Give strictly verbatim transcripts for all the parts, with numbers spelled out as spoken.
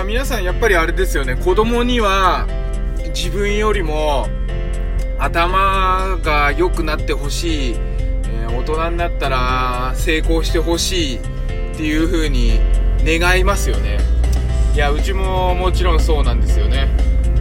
皆さんやっぱりあれですよね、子供には自分よりも頭が良くなってほしい、えー、大人になったら成功してほしいっていう風に願いますよね。いや、うちももちろんそうなんですよね。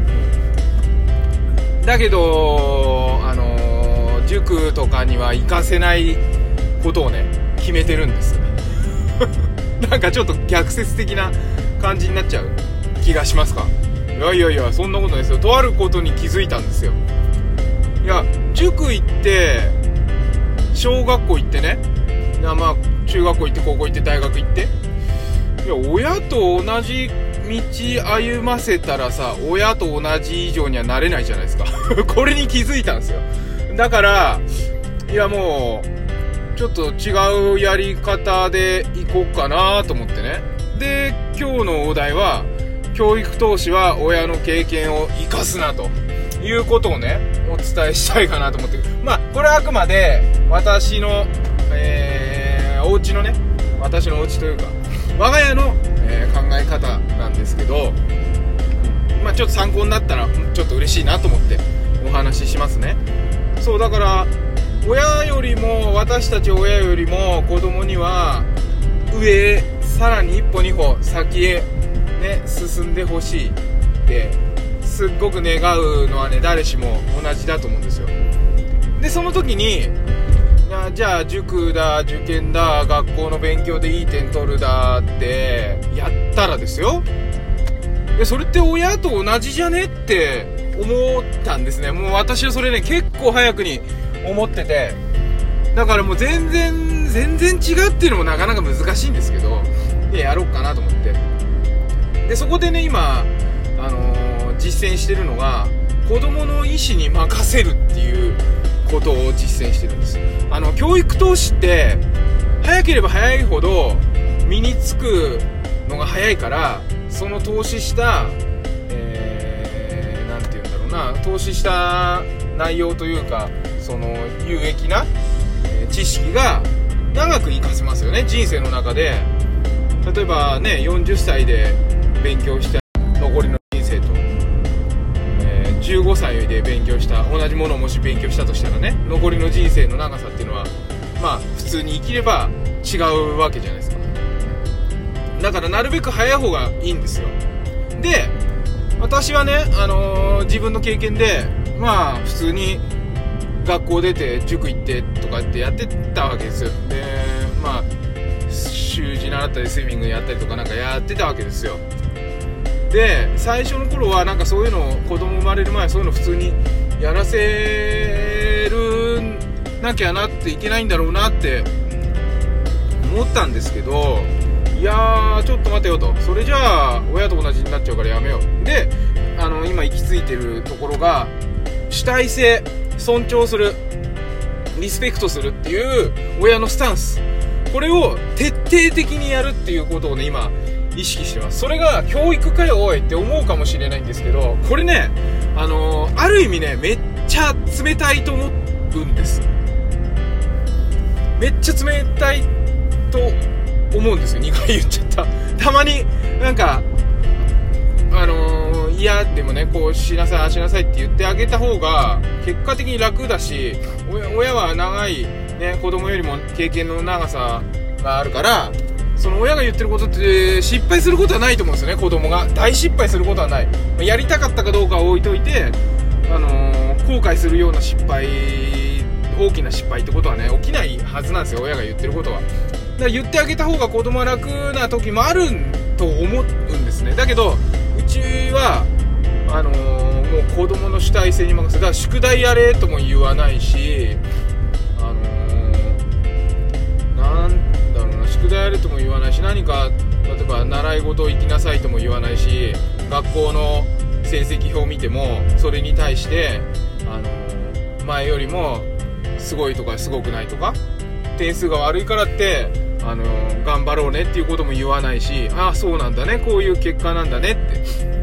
だけどあのー、塾とかには行かせないことをね決めてるんですよねなんかちょっと逆説的な感じになっちゃう気がしますか。いやいやいや、そんなことないですよ。とあることに気づいたんですよ。いや、塾行って小学校行ってね、いやまあ中学校行って高校行って大学行って、いや親と同じ道歩ませたらさ、親と同じ以上にはなれないじゃないですかこれに気づいたんですよ。だからいやもうちょっと違うやり方で行こうかなと思ってね。で今日のお題は、教育投資は親の経験を生かすなということをねお伝えしたいかなと思って、まあこれはあくまで私の、えー、お家のね私のお家というか我が家の、えー、考え方なんですけど、まあちょっと参考になったらちょっと嬉しいなと思ってお話ししますね。そうだから親よりも、私たち親よりも子供には上へ、さらに一歩二歩先へね進んでほしいってすっごく願うのはね誰しも同じだと思うんですよ。でその時に、いやじゃあ塾だ受験だ学校の勉強でいい点取るだってやったらですよ、いやそれって親と同じじゃねって思ったんですね。もう私はそれね結構早くに思ってて、だからもう全然全然違うっていうのもなかなか難しいんですけど、でやろうかなと思って、でそこでね今、あのー、実践してるのが子供の意思に任せるっていうことを実践してるんです。あの教育投資って早ければ早いほど身につくのが早いから、その投資した、えー、なんていうんだろうな、投資した内容というかその有益な、えー、知識が長く活かせますよね、人生の中で。例えばねよんじゅっさいで勉強した残りの人生と、えー、じゅうごさいで勉強した同じものをもし勉強したとしたらね、残りの人生の長さっていうのはまあ普通に生きれば違うわけじゃないですか。だからなるべく早い方がいいんですよ。で私はね、あのー、自分の経験でまあ普通に学校出て塾行ってとかってやってたわけですよ。でまあ習字習ったりスイミングやったりとかなんかやってたわけですよ。で最初の頃はなんかそういうのを子供生まれる前はそういうの普通にやらせるなきゃなっていけないんだろうなって思ったんですけど、いやーちょっと待てよと、それじゃあ親と同じになっちゃうからやめよう。であの今行き着いてるところが主体性、尊重する、リスペクトするっていう親のスタンス、これを徹底的にやるっていうことをね今意識してます。それが教育かよおいって思うかもしれないんですけど、これねあのー、ある意味ねめっちゃ冷たいと思うんです。めっちゃ冷たいと思うんですよ。にかい言っちゃった。たまになんかあのー、嫌でもねこうしなさいああしなさいって言ってあげた方が結果的に楽だし、親は長いね子供よりも経験の長さがあるから、その親が言ってることって失敗することはないと思うんですよね。子供が大失敗することはない。やりたかったかどうかは置いといて、あのー、後悔するような失敗、大きな失敗ってことはね起きないはずなんですよ、親が言ってることは。だから言ってあげた方が子供は楽な時もあると思うんですね。だけどうちはあのー、もう子供の主体性に任せて、だから宿題やれとも言わないし、あのー、なんだろうな、宿題やれとも言わないし、何か例えば習い事行きなさいとも言わないし、学校の成績表見てもそれに対して、あのー、前よりもすごいとかすごくないとか、点数が悪いからってあのー、頑張ろうねっていうことも言わないし、ああそうなんだね、こういう結果なんだねって、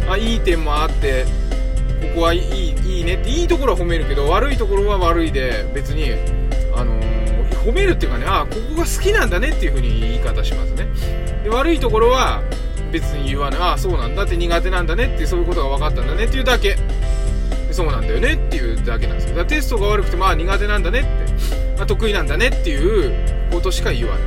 あいい点もあってここはいい、いいねって、いいところは褒めるけど悪いところは悪いで、別に、あのー、褒めるっていうかね、あここが好きなんだねっていう風に言い方しますね。で悪いところは別に言わない。ああそうなんだって、苦手なんだねって、そういうことが分かったんだねっていうだけ。そうなんだよねっていうだけなんですよ。だからテストが悪くても、ああ苦手なんだねって、まあ、得意なんだねっていうことしか言わない。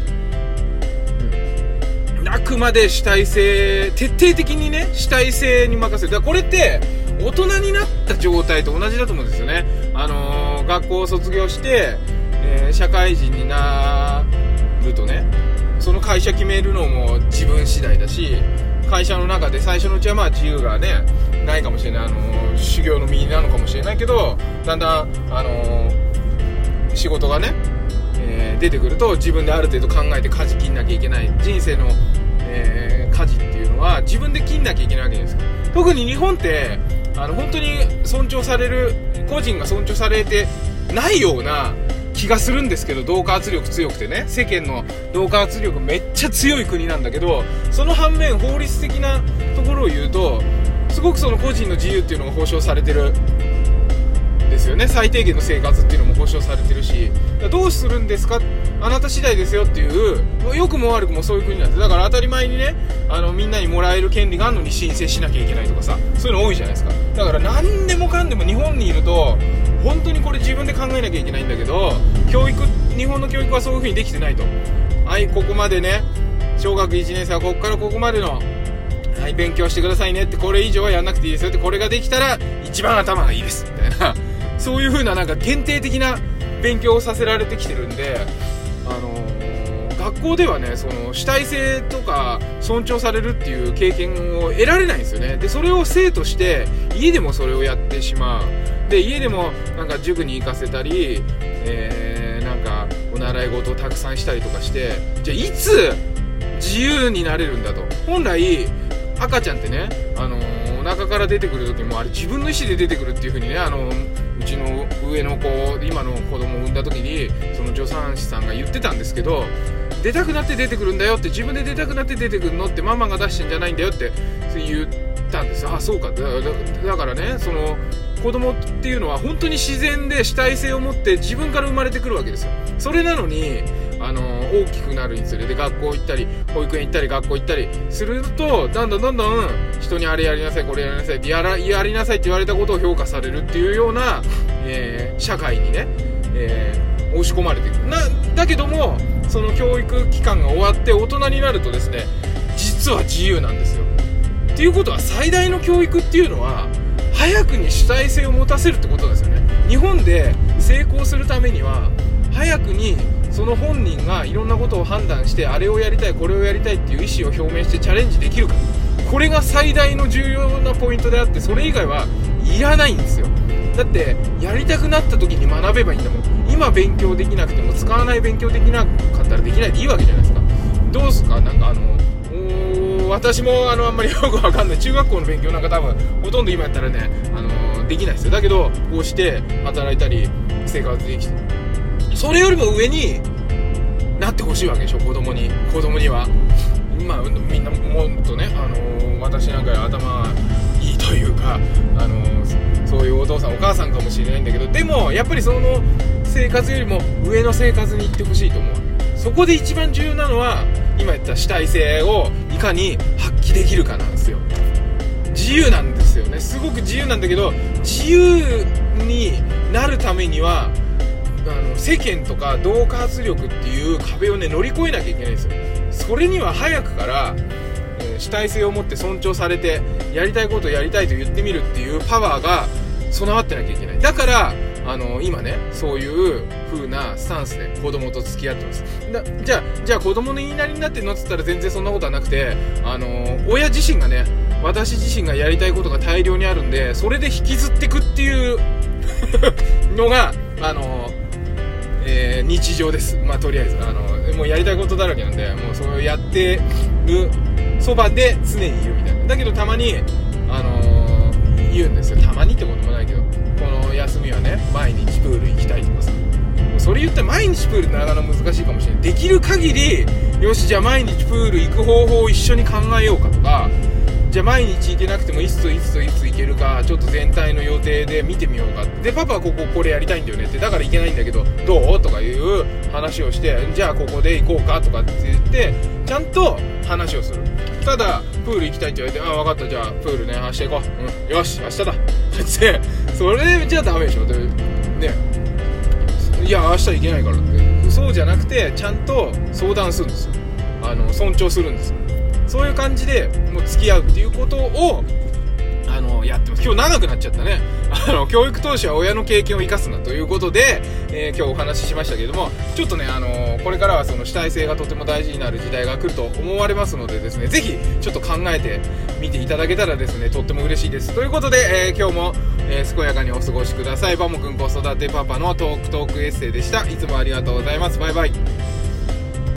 うん、あくまで主体性、徹底的にね主体性に任せる。だからこれって大人になった状態と同じだと思うんですよね。あのー、学校を卒業して、えー、社会人になるとね、その会社決めるのも自分次第だし、会社の中で最初のうちはまあ自由がねないかもしれない、あのー、修行の身なのかもしれないけど、だんだん、あのー、仕事がね、えー、出てくると自分である程度考えて舵切んなきゃいけない。人生の、えー、舵っていうのは自分で切んなきゃいけないわけです。特に日本ってあの本当に尊重される、個人が尊重されてないような気がするんですけど、同化圧力強くてね、世間の同化圧力めっちゃ強い国なんだけど、その反面法律的なところを言うとすごくその個人の自由っていうのが保障されてるんですよね。最低限の生活っていうのも保障されてるし、どうするんですか、あなた次第ですよっていう、良くも悪くもそういう国なんです。だから当たり前にね、あのみんなにもらえる権利があるのに申請しなきゃいけないとかさ、そういうの多いじゃないですか。だから何でもかんでも日本にいると本当にこれ自分で考えなきゃいけないんだけど、教育、日本の教育はそういう風にできてないと。はい、ここまでね、小学いちねん生はここからここまでの、はい、勉強してくださいねって、これ以上はやんなくていいですよって、これができたら一番頭がいいですみたいな、そういう風ななんか限定的な勉強をさせられてきてるんで、あのー、学校ではね、その主体性とか尊重されるっていう経験を得られないんですよね。でそれを生として家でもそれをやってしまう。で家でもなんか塾に行かせたり、えー、なんかお習い事をたくさんしたりとかして、じゃあいつ自由になれるんだと。本来赤ちゃんってね、あのー、お腹から出てくる時もあれ自分の意思で出てくるっていう風にね、あのー、うちの上の子、今の子供を産んだ時にその助産師さんが言ってたんですけど、出たくなって出てくるんだよって、自分で出たくなって出てくるのってママが出してんじゃないんだよって言ったんですよ。あ、そうか。 だ, だ, だからね、その子供っていうのは本当に自然で主体性を持って自分から生まれてくるわけですよ。それなのにあの大きくなるにつれて学校行ったり保育園行ったり学校行ったりすると、だんだんだんだん人にあれやりなさいこれやりなさいってやらやりなさいって言われたことを評価されるっていうような、えー、社会にね、えー、押し込まれていくな。だけどもその教育期間が終わって大人になるとですね、実は自由なんですよ。っていうことは最大の教育っていうのは早くに主体性を持たせるってことですよね。日本で成功するためには早くにその本人がいろんなことを判断して、あれをやりたいこれをやりたいっていう意思を表明してチャレンジできるか、これが最大の重要なポイントであって、それ以外はいらないんですよ。だってやりたくなった時に学べばいいんだもん。今勉強できなくても使わない勉強できなかったらできないでいいわけじゃないですか。どうすか、なんかあの私もあのあんまりよくわかんない中学校の勉強なんか多分ほとんど今やったらね、あのー、できないですよ。だけどこうして働いたり生活できて、それよりも上になってほしいわけでしょ、子供に。子供には今みんなもっとね、あのー、私なんか頭いいというか、あのー、そういうお父さんお母さんかもしれないんだけど、でもやっぱりその生活よりも上の生活に行ってほしいと思う。そこで一番重要なのは今言った主体性をいかに発揮できるかなんですよ。自由なんですよね。すごく自由なんだけど、自由になるためにはあの世間とか同化圧力っていう壁をね乗り越えなきゃいけないんですよ。それには早くから、えー、主体性を持って尊重されてやりたいことをやりたいと言ってみるっていうパワーが備わってなきゃいけない。だからあの今ねそういう風なスタンスで子供と付き合ってます。だじゃあじゃあ子供の言いなりになってんのっつったら全然そんなことはなくて、あの親自身がね、私自身がやりたいことが大量にあるんで、それで引きずってくっていうのがあの、えー、日常です。まあとりあえずあのもうやりたいことだらけなんで、もうそれをやってるそばで常にいるみたいな。だけどたまにあの言うんですよ。たまにってこともないけど、この休みはね毎日プール行きたいとかさ、それ言ったら毎日プールってなかなか難しいかもしれない。できる限りよしじゃあ毎日プール行く方法を一緒に考えようかとか、じゃあ毎日行けなくてもいつといつといつ行けるかちょっと全体の予定で見てみようか。でパパはこここれやりたいんだよねって、だから行けないんだけどどうとかいう話をして、じゃあここで行こうかとかって言ってちゃんと話をする。ただプール行きたいって言われて、ああ分かった、じゃあプールね明日行こう、うん、よし明日だってそれじゃダメでしょでね。いや明日行けないからって、そうじゃなくてちゃんと相談するんですよ。あの尊重するんですよ。そういう感じでもう付き合うっていうことをあのやってます。今日長くなっちゃったね。あの教育投資は親の経験を生かすなということで、えー、今日お話ししましたけれども、ちょっとね、あのー、これからはその主体性がとても大事になる時代が来ると思われますのでですね、ぜひちょっと考えてみていただけたらですね、とっても嬉しいです。ということで、えー、今日も、えー、健やかにお過ごしください。バモくん子育てパパのトークトークエッセイでした。いつもありがとうございます。バイバイ。